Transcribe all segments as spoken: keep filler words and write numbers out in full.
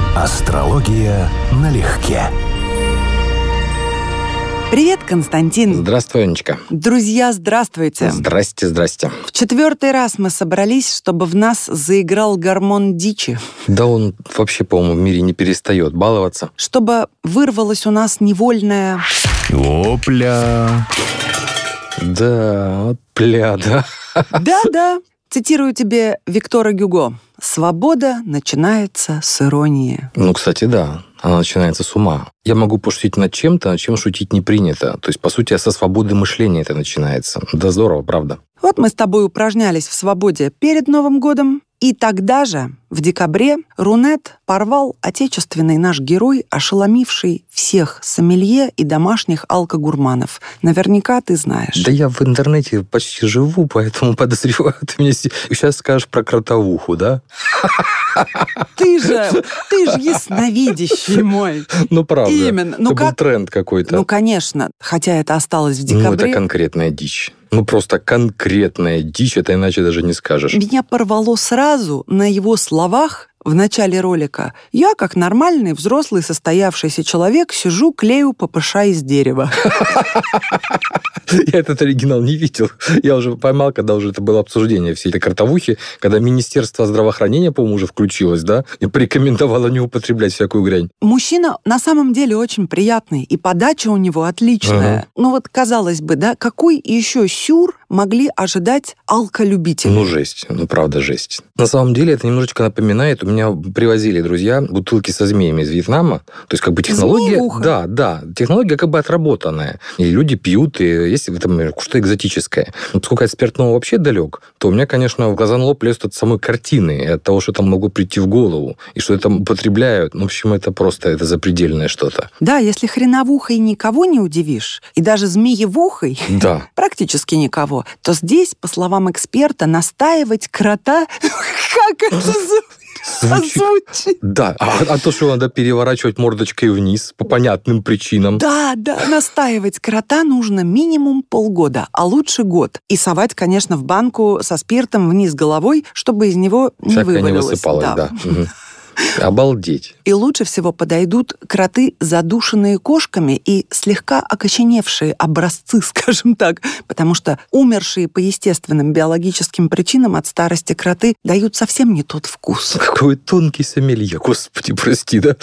Астрология налегке. Привет, Константин. Здравствуй, Анечка. Друзья, здравствуйте. Здрасте, здрасте. В четвертый раз мы собрались, чтобы в нас заиграл гормон дичи. Да он вообще, по-моему, в мире не перестает баловаться. Чтобы вырвалась у нас невольная... Опля. Да, опля, да. Да-да. Цитирую тебе Виктора Гюго. «Свобода начинается с иронии». Ну, кстати, да. Она начинается с ума. Я могу пошутить над чем-то, над чем шутить не принято. То есть, по сути, со свободы мышления это начинается. Да здорово, правда. Вот мы с тобой упражнялись в свободе перед Новым годом, и тогда же, в декабре, Рунет порвал отечественный наш герой, ошеломивший всех сомелье и домашних алкогурманов. Наверняка ты знаешь. Да я в интернете почти живу, поэтому подозреваю, ты мне сейчас скажешь про кротовуху, да? Ты же, ты же ясновидящий мой. Ну, правда. Именно. Ну, это как... был тренд какой-то. Ну, конечно. Хотя это осталось в декабре. Ну, это конкретная дичь. Ну, просто конкретная дичь, это иначе даже не скажешь. Меня порвало сразу на его словах в начале ролика. Я, как нормальный, взрослый, состоявшийся человек, сижу, клею ППШ из дерева. Я этот оригинал не видел. Я уже поймал, когда уже это было обсуждение всей этой кротовухи, когда Министерство здравоохранения, по-моему, уже включилось, да, и порекомендовало не употреблять всякую грязь. Мужчина на самом деле очень приятный, и подача у него отличная. Угу. Ну вот, казалось бы, да, какой еще сюр могли ожидать алколюбители? Ну, жесть. Ну, правда, жесть. На самом деле, это немножечко напоминает, у меня привозили друзья бутылки со змеями из Вьетнама, то есть как бы технология... Змеюха. Да, да, технология как бы отработанная. И люди пьют, и есть в этом что-то экзотическое. Но поскольку я от спиртного вообще далек, то у меня, конечно, в глаза на лоб лезут от самой картины, и от того, что там могло прийти в голову, и что это употребляют. Ну, в общем, это просто это запредельное что-то. Да, если хреновухой никого не удивишь, и даже змеевухой да. практически никого, то здесь, по словам эксперта, настаивать крота... Как это звучит? Звучит. Да, а, а то, что надо переворачивать мордочкой вниз по понятным причинам. Да, да, настаивать крота нужно минимум полгода, а лучше год. И совать, конечно, в банку со спиртом вниз головой, чтобы из него не всякое вывалилось. не высыпалось, да. да. Угу. Обалдеть. И лучше всего подойдут кроты, задушенные кошками и слегка окоченевшие образцы, скажем так, потому что умершие по естественным биологическим причинам от старости кроты дают совсем не тот вкус. Какой тонкий сомелье, господи, прости, да?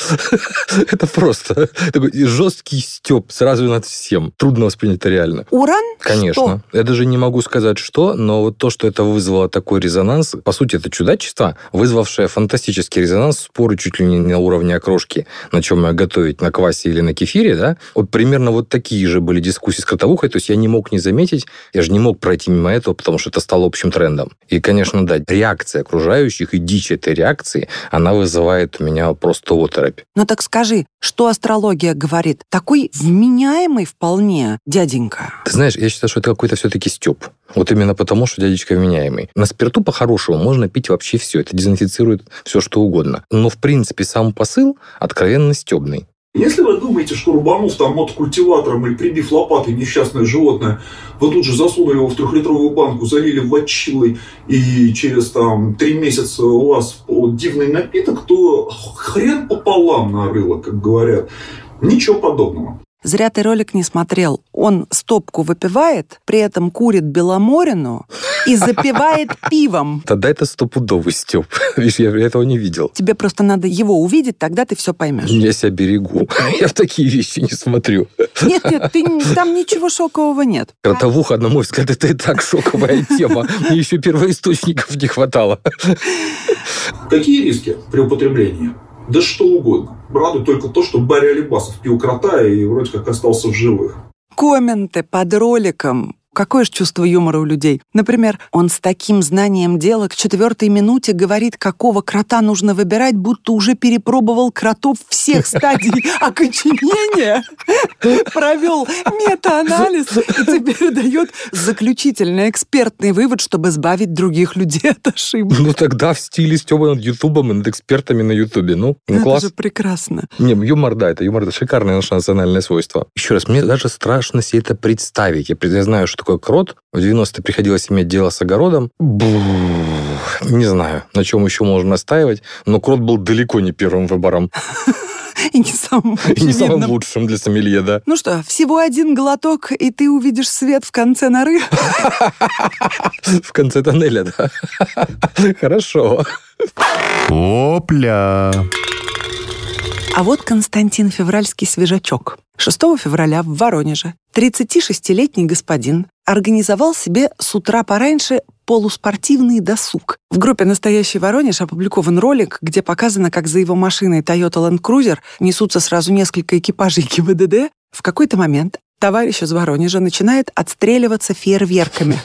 Это просто такой жесткий стёб сразу над всем. Трудно воспринять это реально. Уран? Конечно. Что? Я даже не могу сказать, что, но вот то, что это вызвало такой резонанс, по сути, это чудачество, вызвавшее фантастический резонанс, споры чуть ли не на уровне окрошки, на чем ее готовить, на квасе или на кефире, да, вот примерно вот такие же были дискуссии с кротовухой, то есть я не мог не заметить, я же не мог пройти мимо этого, потому что это стало общим трендом. И, конечно, да, реакция окружающих и дичь этой реакции, она вызывает у меня просто оторопь. Ну так скажи, что астрология говорит? Такой вменяемый вполне дяденька. Ты знаешь, я считаю, что это какой-то все-таки стёб. Вот именно потому, что дядечка вменяемый. На спирту по-хорошему можно пить вообще все. Это дезинфицирует все, что угодно. Но, в принципе, сам посыл откровенно стёбный. Если вы думаете, что рубанув там мотокультиватором или прибив лопатой несчастное животное, вы тут же засунули его в трехлитровую банку, залили водичилой, и через там три месяца у вас дивный напиток, то хрен пополам нарыло, как говорят. Ничего подобного. Зря ты ролик не смотрел. Он стопку выпивает, при этом курит беломорину и запивает пивом. Тогда это стопудовый стёб. Видишь, я этого не видел. Тебе просто надо его увидеть, тогда ты все поймешь. Я себя берегу. Я в такие вещи не смотрю. Нет, нет, ты, там ничего шокового нет. Кротовуха, на мой взгляд, это и так шоковая тема. Мне еще первоисточников не хватало. Какие риски при употреблении? Да что угодно. Радует только то, что Барри Алибасов пил крота и вроде как остался в живых. Комменты под роликом. Какое же чувство юмора у людей? Например, он с таким знанием дела к четвертой минуте говорит, какого крота нужно выбирать, будто уже перепробовал кротов всех стадий окоченения, провел мета-анализ и теперь дает заключительный экспертный вывод, чтобы избавить других людей от ошибок. Ну тогда в стиле Стёба над Ютубом и над экспертами на Ютубе. Ну, ну это класс. же прекрасно. Не, юмор, да, это юмор, это шикарное наше национальное свойство. Еще раз, мне даже страшно себе это представить. Я, я знаю, что такое крот. В девяностые приходилось иметь дело с огородом. Бух. Не знаю, на чем еще можно настаивать, но крот был далеко не первым выбором. И не самым И не самым лучшим для сомелье, да. Ну что, всего один глоток, и ты увидишь свет в конце норы? В конце тоннеля, да. Хорошо. Опля. А вот Константин Февральский свежачок. шестого февраля в Воронеже тридцатишестилетний господин организовал себе с утра пораньше полуспортивный досуг. В группе «Настоящий Воронеж» опубликован ролик, где показано, как за его машиной Toyota Land Cruiser несутся сразу несколько экипажей ГИБДД. В какой-то момент товарищ из Воронежа начинает отстреливаться фейерверками.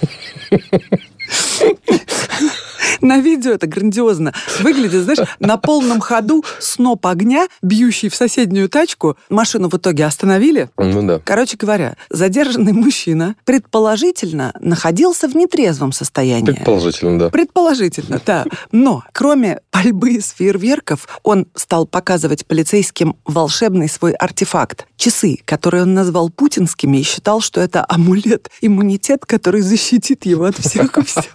На видео это грандиозно выглядит, знаешь, на полном ходу сноп огня, бьющий в соседнюю тачку. Машину в итоге остановили. Ну да. Короче говоря, задержанный мужчина предположительно находился в нетрезвом состоянии. Предположительно, да. Предположительно, да. Но кроме пальбы из фейерверков, он стал показывать полицейским волшебный свой артефакт. Часы, которые он назвал путинскими, и считал, что это амулет, иммунитет, который защитит его от всех и всех.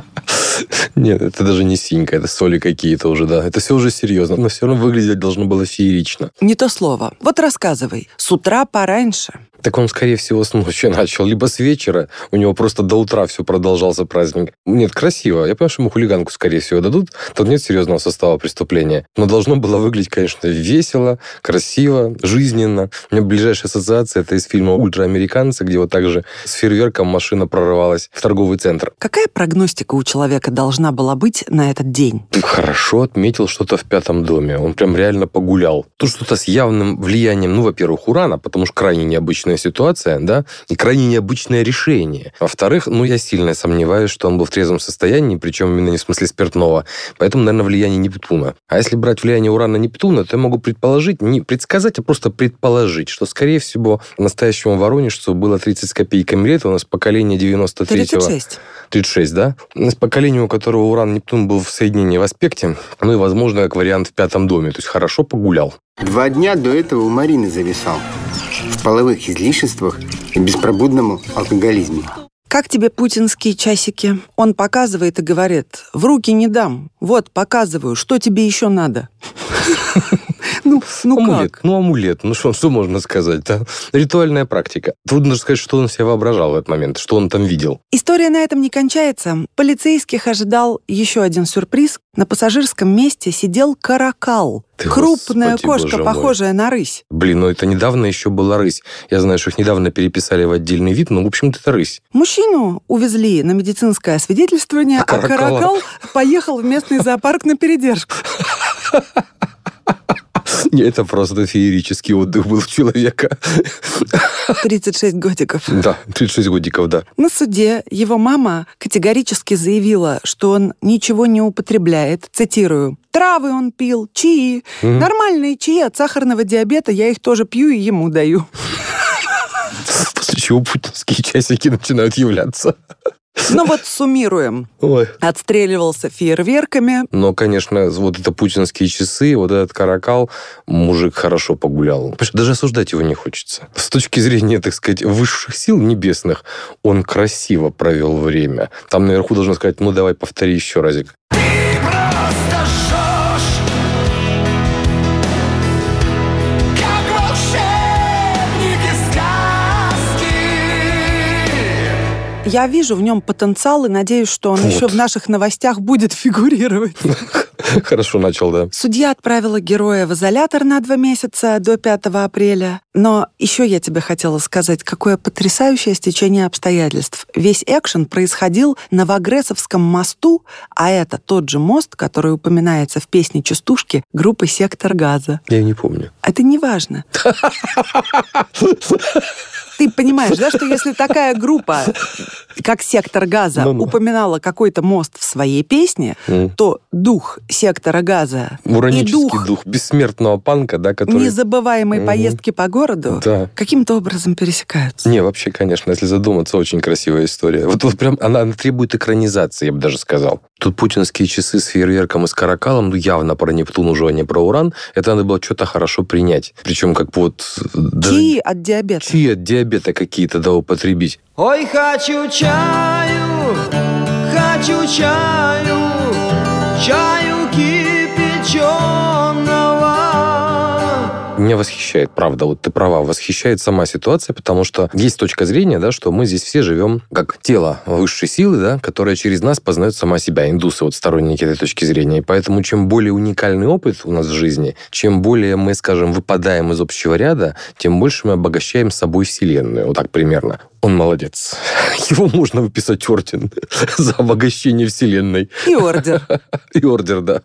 Нет, это даже не синька, это соли какие-то уже, да. Это все уже серьезно, но все равно выглядеть должно было феерично. Не то слово. Вот рассказывай. С утра пораньше. Так он, скорее всего, с ночи начал, либо с вечера. У него просто до утра все продолжался праздник. Нет, красиво. Я понимаю, что ему хулиганку, скорее всего, дадут. Тут нет серьезного состава преступления. Но должно было выглядеть, конечно, весело, красиво, жизненно. У меня ближайшая ассоциация — это из фильма «Ультраамериканцы», где вот так же с фейерверком машина прорывалась в торговый центр. Какая прогностика у человека должна была быть на этот день? Ты хорошо отметил что-то в пятом доме. Он прям реально погулял. Тут что-то с явным влиянием, ну, во-первых, урана, потому что крайне необычная ситуация, да, и крайне необычное решение. Во-вторых, ну, я сильно сомневаюсь, что он был в трезвом состоянии, причем именно не в смысле спиртного. Поэтому, наверное, влияние Нептуна. А если брать влияние урана Нептуна, то я могу предположить, не предсказать, а просто предположить, что, скорее всего, настоящему воронежцу было тридцать с копейками лет, у нас поколение девяносто третьего... тридцать шесть. тридцать шесть, да? У нас поколение, у которого уран Нептун был в соединении в аспекте, ну и, возможно, как вариант в пятом доме, то есть хорошо погулял. Два дня до этого у Марины зависал. В половых излишествах и беспробудном алкоголизме. Как тебе путинские часики? Он показывает и говорит: в руки не дам. Вот, показываю. Что тебе еще надо? Ну, ну амулет. как? Ну, амулет. Ну, что, что можно сказать, да? Ритуальная практика. Трудно даже сказать, что он себе воображал в этот момент, что он там видел. История на этом не кончается. Полицейских ожидал еще один сюрприз. На пассажирском месте сидел каракал. Ты, крупная Господи, кошка, боже мой. похожая на рысь. Блин, ну это недавно еще была рысь. Я знаю, что их недавно переписали в отдельный вид, но, в общем-то, это рысь. Мужчину увезли на медицинское освидетельствование, а, А каракала? каракал поехал в местный зоопарк на передержку. Это просто феерический отдых был у человека. тридцать шесть годиков. Да, тридцать шесть годиков, да. На суде его мама категорически заявила, что он ничего не употребляет. Цитирую: «Травы он пил, чаи. Угу. Нормальные чаи от сахарного диабета, я их тоже пью и ему даю». После чего путинские часики начинают являться. Ну вот суммируем. Ой. Отстреливался фейерверками. Но, конечно, вот это путинские часы, вот этот каракал, мужик хорошо погулял. Даже осуждать его не хочется. С точки зрения, так сказать, высших сил небесных, он красиво провел время. Там наверху должен сказать: ну, давай повтори еще разик. Я вижу в нем потенциал и надеюсь, что он Вот. еще в наших новостях будет фигурировать. Хорошо начал, да. Судья отправила героя в изолятор на два месяца до пятого апреля. Но еще я тебе хотела сказать, какое потрясающее стечение обстоятельств. Весь экшен происходил на Вагресовском мосту, а это тот же мост, который упоминается в песне «Частушки» группы «Сектор газа». Я не помню. Это не важно. Ты понимаешь, да, что если такая группа, как «Сектор газа», Ну-ну. упоминала какой-то мост в своей песне, Mm. то дух «Сектора газа» и Уранический дух дух бессмертного панка, да, который... незабываемой Мгм. поездки по городу Да. каким-то образом пересекаются. Не, вообще, конечно, если задуматься, очень красивая история. Вот, вот прям она, она требует экранизации, я бы даже сказал. Тут путинские часы с фейерверком и с каракалом, ну, явно про Нептун уже, а не про уран. Это надо было что-то хорошо принять. Причем как вот... даже- Чаи от диабета. Чаи от диабета какие-то, да, употребить. Ой, хочу чаю, хочу чаю, чаю кипяченого. Меня восхищает, правда, вот ты права, восхищает сама ситуация, потому что есть точка зрения, да, что мы здесь все живем как тело высшей силы, да, которое через нас познает сама себя. Индусы вот сторонники этой точки зрения. И поэтому чем более уникальный опыт у нас в жизни, чем более мы, скажем, выпадаем из общего ряда, тем больше мы обогащаем собой Вселенную. Вот так примерно. Он молодец. Его можно выписать орден за обогащение Вселенной. И ордер. И ордер, да.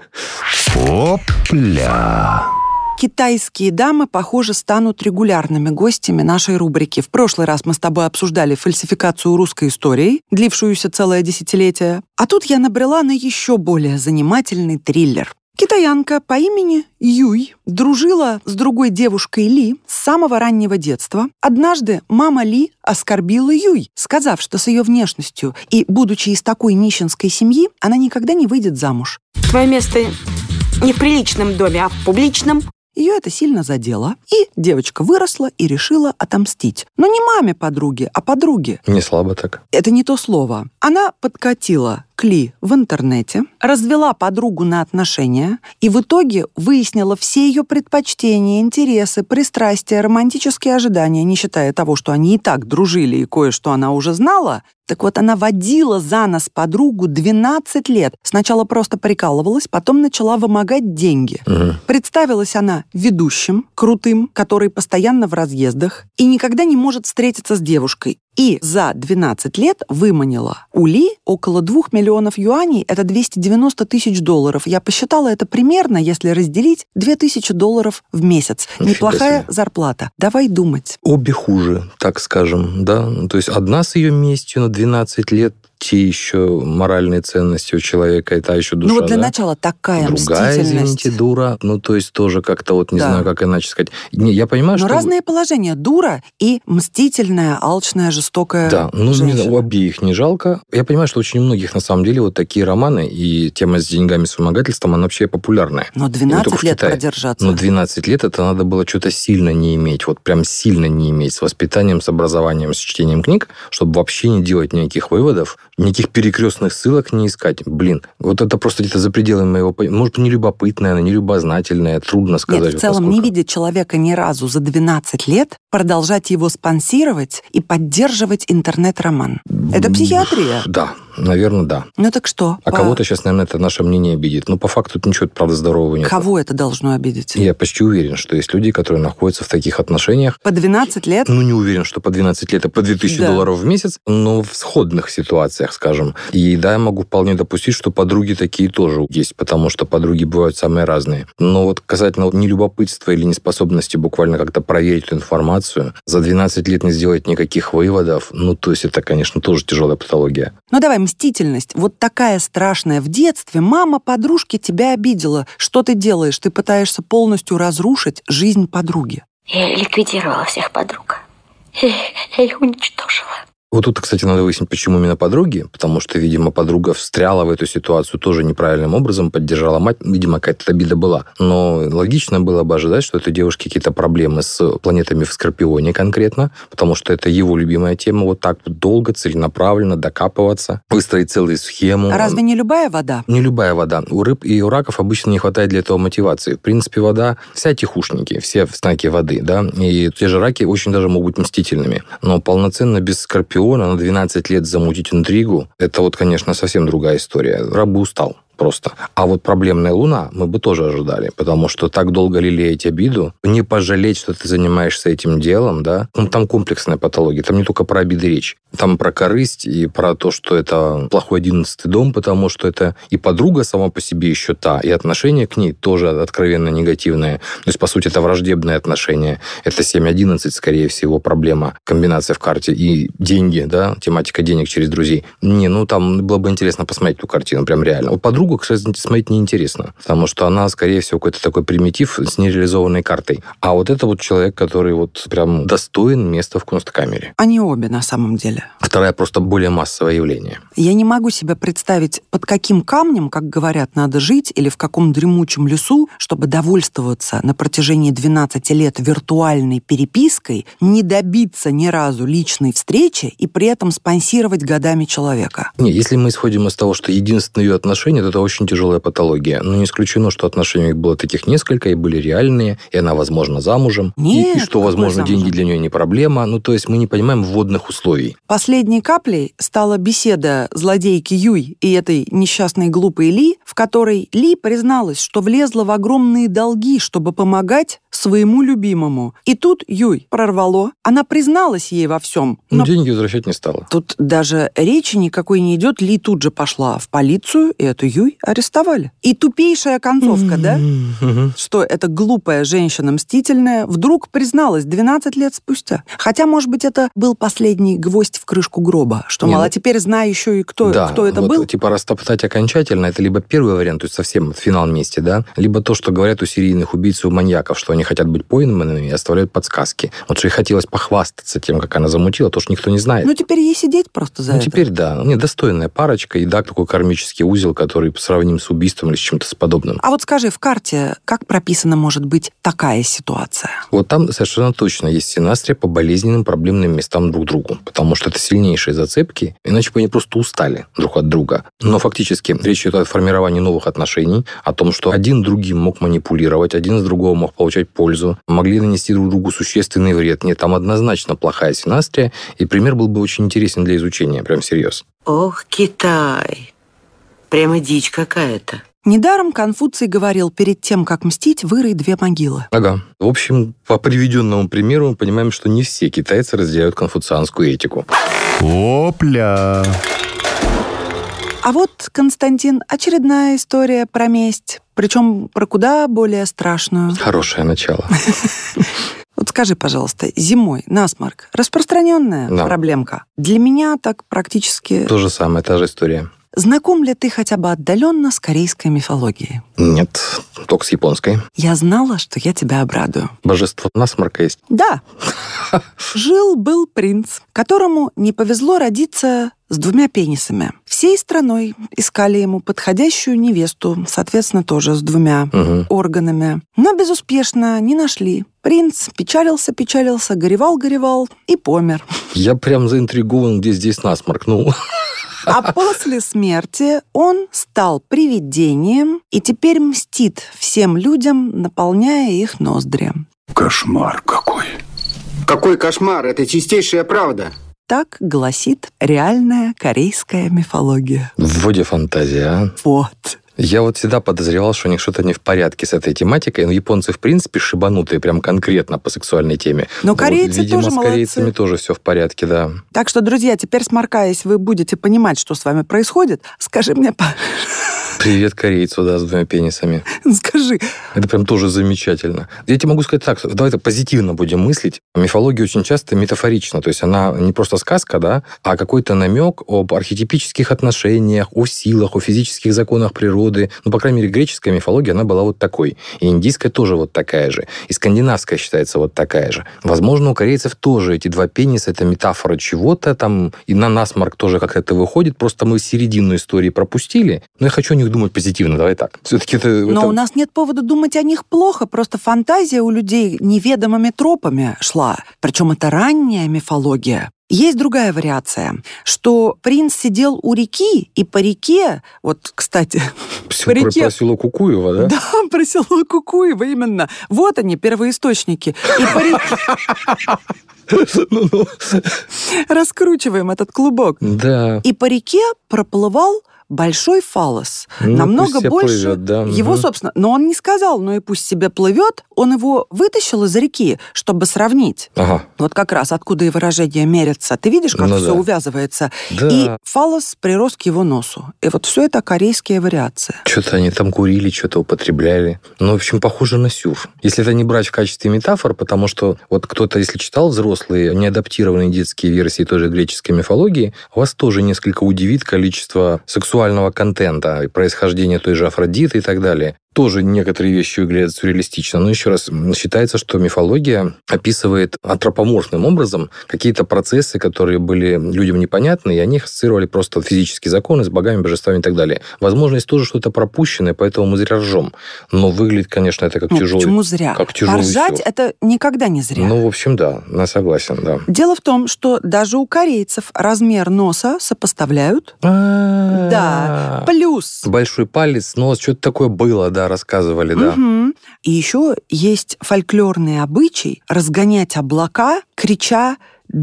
Опля. Китайские дамы, похоже, станут регулярными гостями нашей рубрики. В прошлый раз мы с тобой обсуждали фальсификацию русской истории, длившуюся целое десятилетие. А тут я набрела на еще более занимательный триллер. Китаянка по имени Юй дружила с другой девушкой Ли с самого раннего детства. Однажды мама Ли оскорбила Юй, сказав, что с ее внешностью и, будучи из такой нищенской семьи, она никогда не выйдет замуж. Твое место не в приличном доме, а в публичном. Ее это сильно задело, и девочка выросла и решила отомстить. Но не маме подруги, а подруге. Не слабо так. Это не то слово. Она подкатила к Ли в интернете, развела подругу на отношения и в итоге выяснила все ее предпочтения, интересы, пристрастия, романтические ожидания, не считая того, что они и так дружили и кое-что она уже знала. Так вот, она водила за нос подругу двенадцать лет. Сначала просто прикалывалась, потом начала вымогать деньги. Угу. Представилась она ведущим, крутым, который постоянно в разъездах и никогда не может встретиться с девушкой. И за двенадцать лет выманила у Ли около двух миллионов юаней, это двести девяносто тысяч долларов. Я посчитала это примерно, если разделить, две тысячи долларов в месяц. Нифига Неплохая себе. Зарплата. Давай думать. Обе хуже, так скажем, да. То есть одна с ее местью на двенадцать лет, те еще моральные ценности у человека, и та еще душа. Ну вот для да? начала такая Другая, мстительность. извините, дура. Ну, то есть тоже как-то вот не Да. знаю, как иначе сказать. Не, я понимаю, Но что... разные положения. Дура и мстительная, алчная, жестокая Да, ну, женщина. мне, у обеих не жалко. Я понимаю, что очень у многих, на самом деле, вот такие романы, и тема с деньгами, с вымогательством, она вообще популярная. Но Не двенадцать только в лет Китае. продержаться. Но двенадцать лет это надо было что-то сильно не иметь, вот прям сильно не иметь, с воспитанием, с образованием, с чтением книг, чтобы вообще не делать никаких выводов, никаких перекрестных ссылок не искать. Блин, вот это просто где-то за пределами моего... Может, не любопытная, она не любознательная, трудно сказать. Нет, в целом вот не видеть человека ни разу за двенадцать лет, продолжать его спонсировать и поддерживать интернет-роман. Это психиатрия. Да, наверное, да. Ну так что? А по- кого-то сейчас, наверное, это наше мнение обидит. Но по факту тут ничего, правда, здорового нет. Кого это должно обидеть? Я почти уверен, что есть люди, которые находятся в таких отношениях. По двенадцать лет? Ну, не уверен, что по двенадцать лет и по две тысячи Да. долларов в месяц, но в сходных ситуациях, скажем. И да, я могу вполне допустить, что подруги такие тоже есть, потому что подруги бывают самые разные. Но вот касательно вот нелюбопытства или неспособности буквально как-то проверить эту информацию, за двенадцать лет не сделать никаких выводов, ну, то есть это, конечно, тоже тяжелая патология. Ну давай, мстительность. Вот такая страшная. В детстве мама подружки тебя обидела. Что ты делаешь? Ты пытаешься полностью разрушить жизнь подруги. Я ликвидировала всех подруг. Я, я их уничтожила. Вот тут, кстати, надо выяснить, почему именно подруги, потому что, видимо, подруга встряла в эту ситуацию тоже неправильным образом, поддержала мать, видимо, какая-то обида была. Но логично было бы ожидать, что у этой девушки какие-то проблемы с планетами в Скорпионе конкретно, потому что это его любимая тема, вот так вот долго, целенаправленно докапываться, выстроить целую схему. А разве не любая вода? Не любая вода. У рыб и у раков обычно не хватает для этого мотивации. В принципе, вода, вся тихушники, все знаки воды, да, и те же раки очень даже могут быть мстительными. Но полноценно без Скорпиона на двенадцать лет замутить интригу, это вот, конечно, совсем другая история. Раб бы устал просто. А вот проблемная Луна мы бы тоже ожидали, потому что так долго лелеять обиду, не пожалеть, что ты занимаешься этим делом, да, ну, там комплексная патология, там не только про обиды речь, там про корысть и про то, что это плохой одиннадцатый дом, потому что это и подруга сама по себе еще та, и отношение к ней тоже откровенно негативное. То есть, по сути, это враждебное отношение. Это семь одиннадцать, скорее всего, проблема, комбинация в карте, и деньги, да, тематика денег через друзей. Не, ну, там было бы интересно посмотреть эту картину, прям реально. Вот подругу, кстати, смотреть неинтересно, потому что она, скорее всего, какой-то такой примитив с нереализованной картой. А вот это вот человек, который вот прям достоин места в Кунсткамере. Они обе на самом деле. Вторая просто более массовое явление. Я не могу себе представить, под каким камнем, как говорят, надо жить, или в каком дремучем лесу, чтобы довольствоваться на протяжении двенадцати лет виртуальной перепиской, не добиться ни разу личной встречи и при этом спонсировать годами человека. Не, если мы исходим из того, что единственное ее отношение, то это очень тяжелая патология. Но не исключено, что отношений было таких несколько, и были реальные, и она, возможно, замужем. Нет, и, и что, возможно, замужем? деньги для нее не проблема. Ну, то есть мы не понимаем вводных условий. Последней каплей стала беседа злодейки Юй и этой несчастной глупой Ли, в которой Ли призналась, что влезла в огромные долги, чтобы помогать своему любимому. И тут Юй прорвало. Она призналась ей во всем. Но Но деньги возвращать не стала. тут даже речи никакой не идет. Ли тут же пошла в полицию, и эту Юй арестовали. И тупейшая концовка, да? Что эта глупая женщина мстительная вдруг призналась двенадцать лет спустя. Хотя, может быть, это был последний гвоздь в крышку гроба. Что, Не, мало, ну, теперь знаю еще и кто, Да, кто это вот, был. типа растоптать окончательно, это либо первый вариант, то есть совсем финал вместе, да, либо то, что говорят у серийных убийц и у маньяков, что они хотят быть пойманными и оставляют подсказки. Вот что ей хотелось похвастаться тем, как она замутила, то, что никто не знает. Ну, теперь ей сидеть просто за Ну, это. теперь да. Не, достойная парочка, и да, такой кармический узел, который сравним с убийством или с чем-то с подобным. А вот скажи, в карте как прописана может быть такая ситуация? Вот там совершенно точно есть синастрия по болезненным проблемным местам друг другу, потому что это сильнейшие зацепки, иначе бы они просто устали друг от друга. Но фактически речь идет о формировании новых отношений, о том, что один другим мог манипулировать, один с другого мог получать пользу, могли нанести друг другу существенный вред. Нет, там однозначно плохая синастрия, и пример был бы очень интересен для изучения, прям всерьез. Ох, Китай. Прямо дичь какая-то. Недаром Конфуций говорил, перед тем, как мстить, вырой две могилы. Ага. В общем, по приведенному примеру мы понимаем, что не все китайцы разделяют конфуцианскую этику. Опля! А вот, Константин, очередная история про месть. Причем про куда более страшную. Хорошее начало. Вот скажи, пожалуйста, зимой насморк – распространенная Да. проблемка? Для меня так практически... То же самое, та же история. Знаком ли ты хотя бы отдаленно с корейской мифологией? Нет, только с японской. Я знала, что я тебя обрадую. Божество насморка есть. Да. Жил-был принц, которому не повезло родиться с двумя пенисами. Всей страной искали ему подходящую невесту, соответственно, тоже с двумя Угу. органами. Но безуспешно не нашли. Принц печалился-печалился, горевал-горевал и помер. Я прям заинтригован, где здесь насморк. Ну, А после смерти он стал привидением и теперь мстит всем людям, наполняя их ноздри. Кошмар какой. Какой кошмар, это чистейшая правда. Так гласит реальная корейская мифология. вводе фантазия, а? Вот. Я вот всегда подозревал, что у них что-то не в порядке с этой тематикой, но японцы, в принципе, шибанутые прям конкретно по сексуальной теме. Но корейцы вот, видимо, тоже с корейцами молодцы. тоже все в порядке, да. Так что, друзья, теперь, сморкаясь, вы будете понимать, что с вами происходит. Скажи мне, по- Привет корейцу, да, с двумя пенисами. скажи, Это прям тоже замечательно. Я тебе могу сказать так, давай позитивно будем мыслить. Мифология очень часто метафорична, то есть она не просто сказка, да, а какой-то намек об архетипических отношениях, о силах, о физических законах природы. Ну, по крайней мере, греческая мифология, она была вот такой. И индийская тоже вот такая же. И скандинавская считается вот такая же. Возможно, у корейцев тоже эти два пениса – это метафора чего-то там, и на насморк тоже как-то это выходит, просто мы середину истории пропустили. Но я хочу о них думать позитивно, давай так. Все-таки это... но это... у нас нет повода думать о них плохо, просто фантазия у людей неведомыми тропами шла. Причем это ранняя мифология. Есть другая вариация, что принц сидел у реки, и по реке, вот, кстати, Всё по про, реке... про село Кукуево, да? Да, про село Кукуево, именно. Вот они, первоисточники. И по реке... Ну-ну. Раскручиваем этот клубок. Да. И по реке проплывал большой фаллос. Ну, Намного пусть себе больше плывет, да. его, Мгм. собственно. Но он не сказал, ну и пусть себе плывет. Он его вытащил из реки, чтобы сравнить. Ага. Вот как раз откуда и выражение мерятся. Ты видишь, как Ну все да. увязывается? Да. И фаллос прирос к его носу. И вот все это корейские вариации. Что-то они там курили, что-то употребляли. Ну, в общем, похоже на сюр. Если это не брать в качестве метафор, потому что вот кто-то, если читал взрослые, неадаптированные детские версии той же греческой мифологии, вас тоже несколько удивит количество сексуального контента, и происхождение той же Афродиты и так далее. тоже некоторые вещи выглядят сюрреалистично. Но еще раз, считается, что мифология описывает антропоморфным образом какие-то процессы, которые были людям непонятны, и они их ассоциировали просто физические законы с богами, божествами и так далее. Возможно, есть тоже что-то пропущенное, поэтому мы зря ржем. Но выглядит, конечно, это как Нет, тяжелый... Почему зря? Как тяжелый Поржать сюр. это никогда не зря. Ну, в общем, да, я согласен, да. Дело в том, что даже у корейцев размер носа сопоставляют. Да. Плюс. Большой палец, нос, что-то такое было, да, рассказывали, да. Угу. И еще есть фольклорный обычай разгонять облака, крича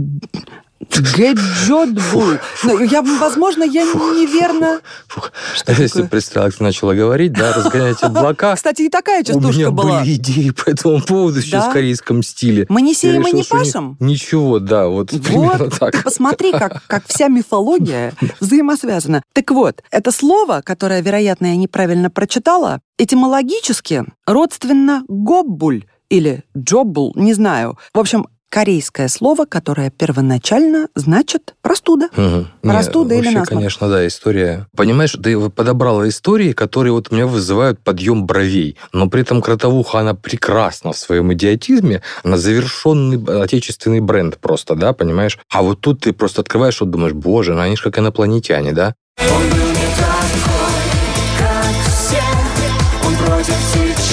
«Гэджодбу». Я, возможно, я неверно... Фух. Что я себе представила, как ты начала говорить, да, разгонять облака. Кстати, и такая У частушка меня была. были идеи по этому поводу сейчас Да? в корейском стиле. Мы не Я сеем и решил, не что ни- пашем. Ничего, да, вот, примерно Вот, так. ты посмотри, как, как вся мифология взаимосвязана. Так вот, это слово, которое, вероятно, я неправильно прочитала, этимологически родственно гоббуль или джоббул, не знаю. В общем, корейское слово, которое первоначально значит простуда. Угу. Простуда или насморк. Конечно, да, история. Понимаешь, ты подобрала истории, которые вот у меня вызывают подъем бровей, но при этом кротовуха, она прекрасна в своем идиотизме, она завершенный отечественный бренд просто, да, понимаешь? А вот тут ты просто открываешь, вот думаешь, боже, ну они же как инопланетяне, да? Он был не такой, как все, он против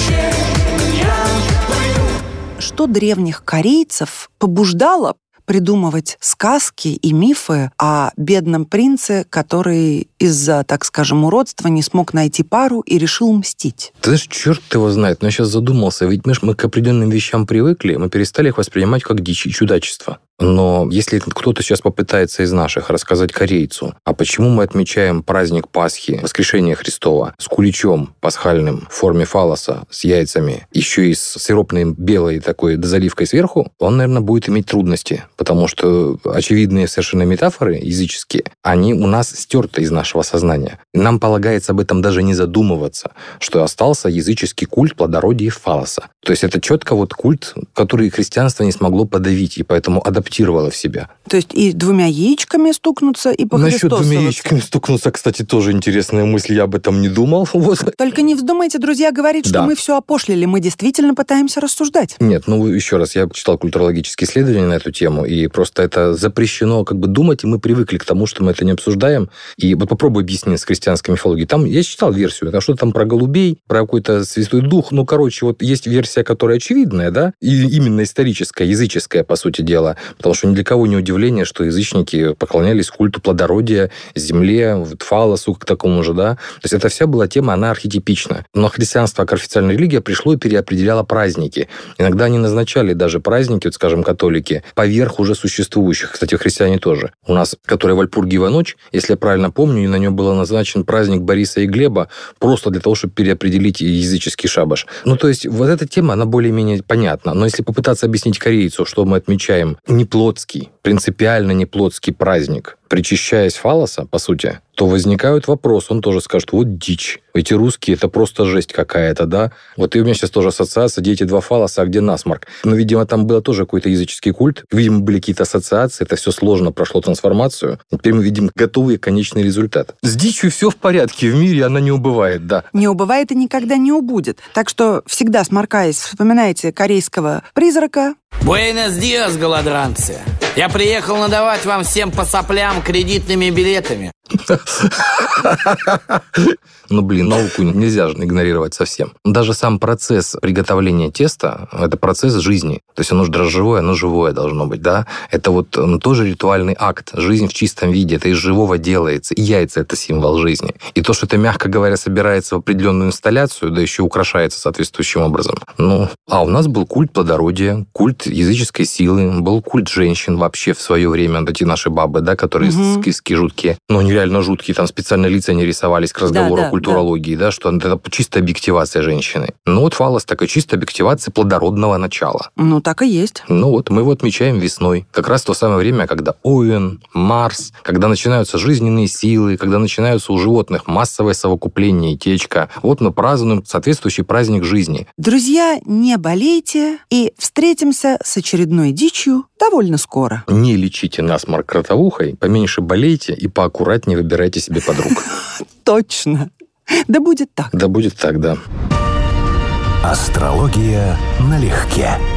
течения плыл. Что древних корейцев побуждало придумывать сказки и мифы о бедном принце, который из-за, так скажем, уродства не смог найти пару и решил мстить? Ты знаешь, черт его знает, но я сейчас задумался, ведь мы, ж- мы к определенным вещам привыкли, мы перестали их воспринимать как дичь и чудачество. Но если кто-то сейчас попытается из наших рассказать корейцу, а почему мы отмечаем праздник Пасхи, воскрешение Христова, с куличом пасхальным в форме фалоса, с яйцами, еще и с сиропной белой такой заливкой сверху, он, наверное, будет иметь трудности, потому что очевидные совершенно метафоры языческие, они у нас стерты из нашего сознания. И нам полагается об этом даже не задумываться, что остался языческий культ плодородия и фалоса. То есть это четко вот культ, который христианство не смогло подавить, и поэтому адаптировало в себя. То есть и двумя яичками стукнуться, и Насчет двумя похристосоваться. яичками стукнуться, кстати, тоже интересная мысль, я об этом не думал. Вот. Только не вздумайте, друзья, говорить, что Да. мы все опошлили. Мы действительно пытаемся рассуждать. Нет, ну еще раз, я читал культурологические исследования на эту тему, и просто это запрещено как бы думать, и мы привыкли к тому, что мы это не обсуждаем. И вот попробуй объяснить с христианской мифологией. Там я читал версию, а что там про голубей, про какой-то святой дух. Ну, короче, вот есть версия, которая очевидная, да, и именно историческая, языческая, по сути дела. Потому что ни для кого не удивление, что язычники поклонялись культу плодородия, земле, вот фалосу как такому же, да. То есть это вся была тема, она архетипична. Но христианство, как официальная религия, пришло и переопределяло праздники. Иногда они назначали даже праздники, вот, скажем, католики, поверх уже существующих. Кстати, христиане тоже. У нас, которая Вальпургиева ночь, если я правильно помню, и на нем был назначен праздник Бориса и Глеба, просто для того, чтобы переопределить языческий шабаш. Ну, то есть вот эта тема, она более-менее понятна. Но если попытаться объяснить корейцу, что мы отмечаем неплотский, принципиально неплотский праздник, причащаясь фалоса, по сути, то возникает вопрос, он тоже скажет, вот дичь. Эти русские, это просто жесть какая-то, да? Вот и у меня сейчас тоже ассоциация, дети два фалоса, а где насморк? Ну, видимо, там был тоже какой-то языческий культ, видимо, были какие-то ассоциации, это все сложно прошло трансформацию. И теперь мы видим готовый конечный результат. С дичью все в порядке, в мире она не убывает, да. Не убывает и никогда не убудет. Так что всегда, сморкаясь, вспоминайте корейского призрака. Буэнос диас, голодранцы. Я приехал надавать вам всем по соплям кредитными билетами. Ну, блин, науку нельзя же игнорировать совсем. Даже сам процесс приготовления теста – это процесс жизни. То есть оно же дрожжевое, оно живое должно быть, да? Это вот ну, тоже ритуальный акт. Жизнь в чистом виде, это из живого делается. И яйца – это символ жизни. И то, что это, мягко говоря, собирается в определенную инсталляцию, да еще украшается соответствующим образом. Ну, а у нас был культ плодородия, культ языческой силы, был культ женщин вообще в свое время, вот эти наши бабы, да, которые Мгм. ски жуткие. Ну, они реально жуткие, там специально лица не рисовались к разговору Да, о культурологии, да. да, что это чистая объективация женщины. Ну, вот фалос такая чистая объективация плодородного начала. Ну, так и есть. Ну вот, мы его отмечаем весной. Как раз то самое время, когда Овен, Марс, когда начинаются жизненные силы, когда начинаются у животных массовое совокупление и течка. Вот мы празднуем соответствующий праздник жизни. Друзья, не болейте и встретимся с очередной дичью довольно скоро. Не лечите насморк кротовухой, поменьше болейте и поаккуратнее выбирайте себе подруг. Точно. Да будет так. Да будет так, да. Астрология налегке.